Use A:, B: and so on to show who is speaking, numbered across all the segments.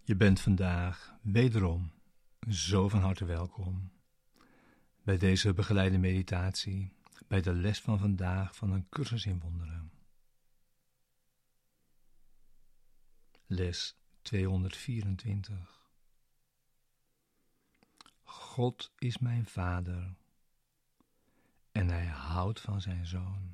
A: Je bent vandaag wederom zo van harte welkom bij deze begeleide meditatie, bij de les van vandaag van een cursus in wonderen. Les 224. God is mijn Vader en Hij houdt van zijn Zoon.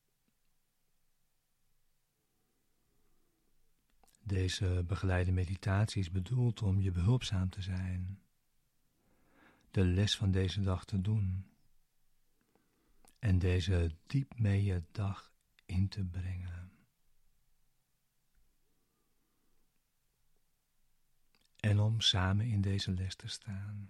A: Deze begeleide meditatie is bedoeld om je behulpzaam te zijn, de les van deze dag te doen en deze diep mee je dag in te brengen. En om samen in deze les te staan.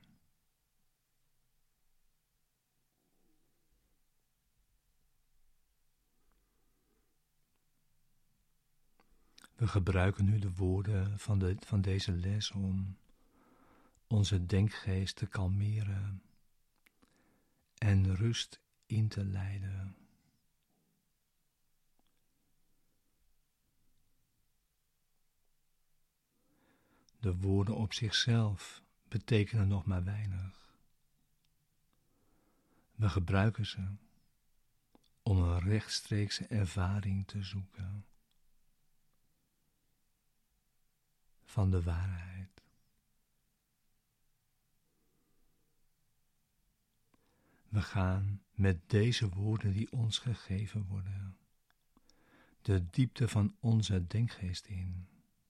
A: We gebruiken nu de woorden van deze les om onze denkgeest te kalmeren en rust in te leiden. De woorden op zichzelf betekenen nog maar weinig. We gebruiken ze om een rechtstreekse ervaring te zoeken van de waarheid. We gaan met deze woorden die ons gegeven worden, de diepte van onze denkgeest in.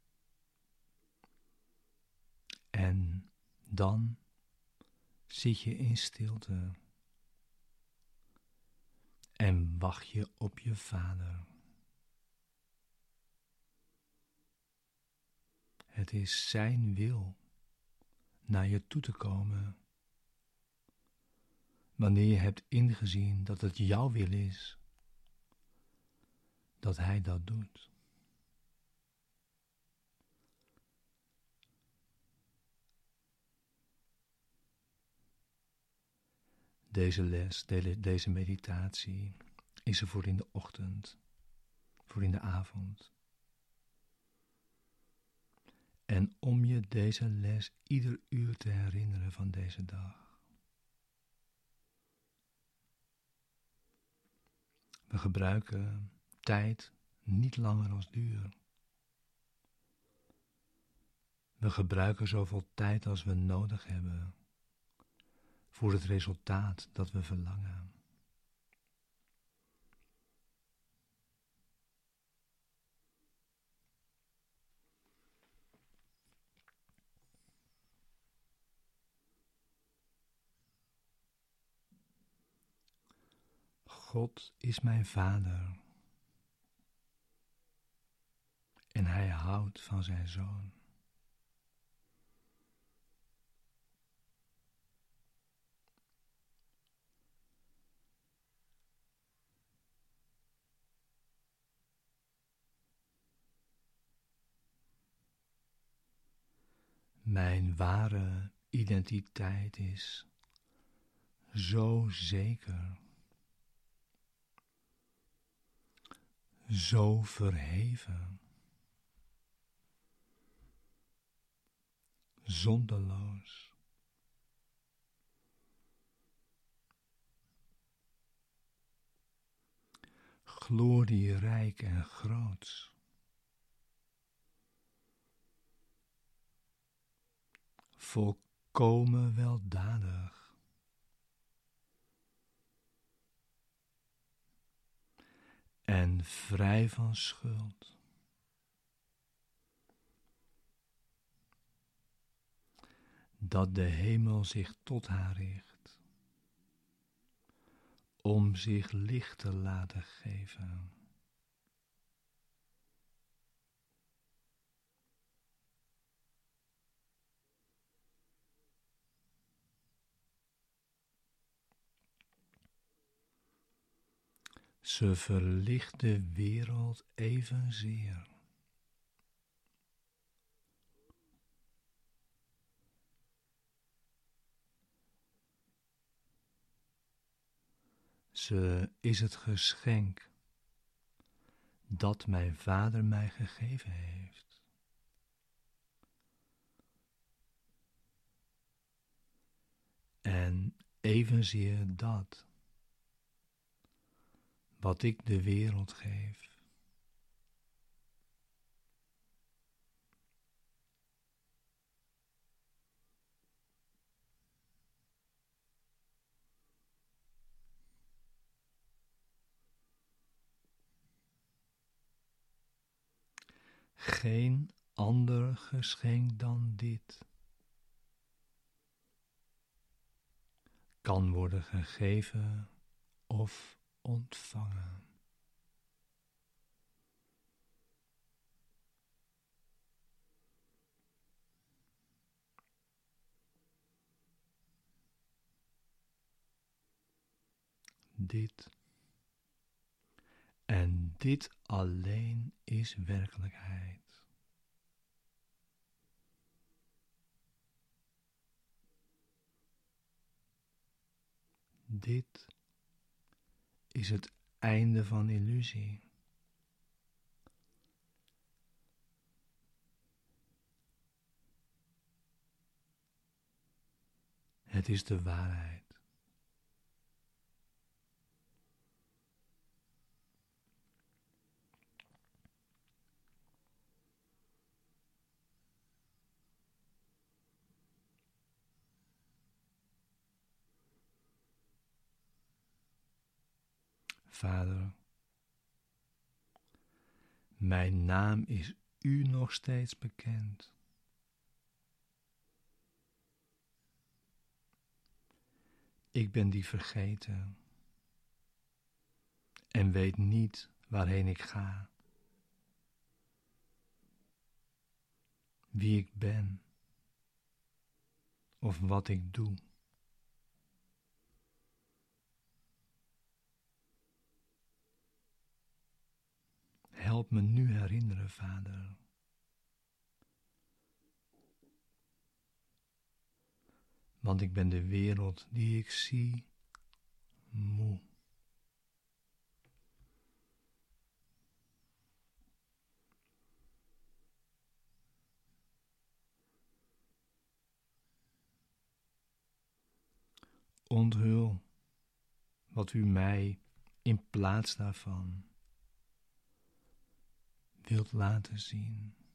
A: En dan zit je in stilte en wacht je op je Vader. Het is zijn wil naar je toe te komen, wanneer je hebt ingezien dat het jouw wil is, dat Hij dat doet. Deze les, deze meditatie is er voor in de ochtend, voor in de avond. En om je deze les ieder uur te herinneren van deze dag. We gebruiken tijd niet langer als duur. We gebruiken zoveel tijd als we nodig hebben voor het resultaat dat we verlangen. God is mijn Vader en Hij houdt van zijn Zoon. Mijn ware identiteit is zo zeker, zo verheven, zonderloos, glorierijk en groots. Volkomen weldadig. En vrij van schuld. Dat de hemel zich tot haar richt, om zich licht te laten geven. Ze verlicht de wereld evenzeer. Ze is het geschenk dat mijn Vader mij gegeven heeft. evenzeer dat wat ik de wereld geef. Geen ander geschenk dan dit kan worden gegeven of ontvangen. Dit en dit alleen is werkelijkheid. Dit is het einde van illusie. Het is de waarheid. Vader, mijn naam is u nog steeds bekend. Ik ben die vergeten en weet niet waarheen ik ga, wie ik ben of wat ik doe. Help me nu herinneren, Vader. Want ik ben de wereld die ik zie moe. Onthul wat u mij in plaats daarvan wilt laten zien.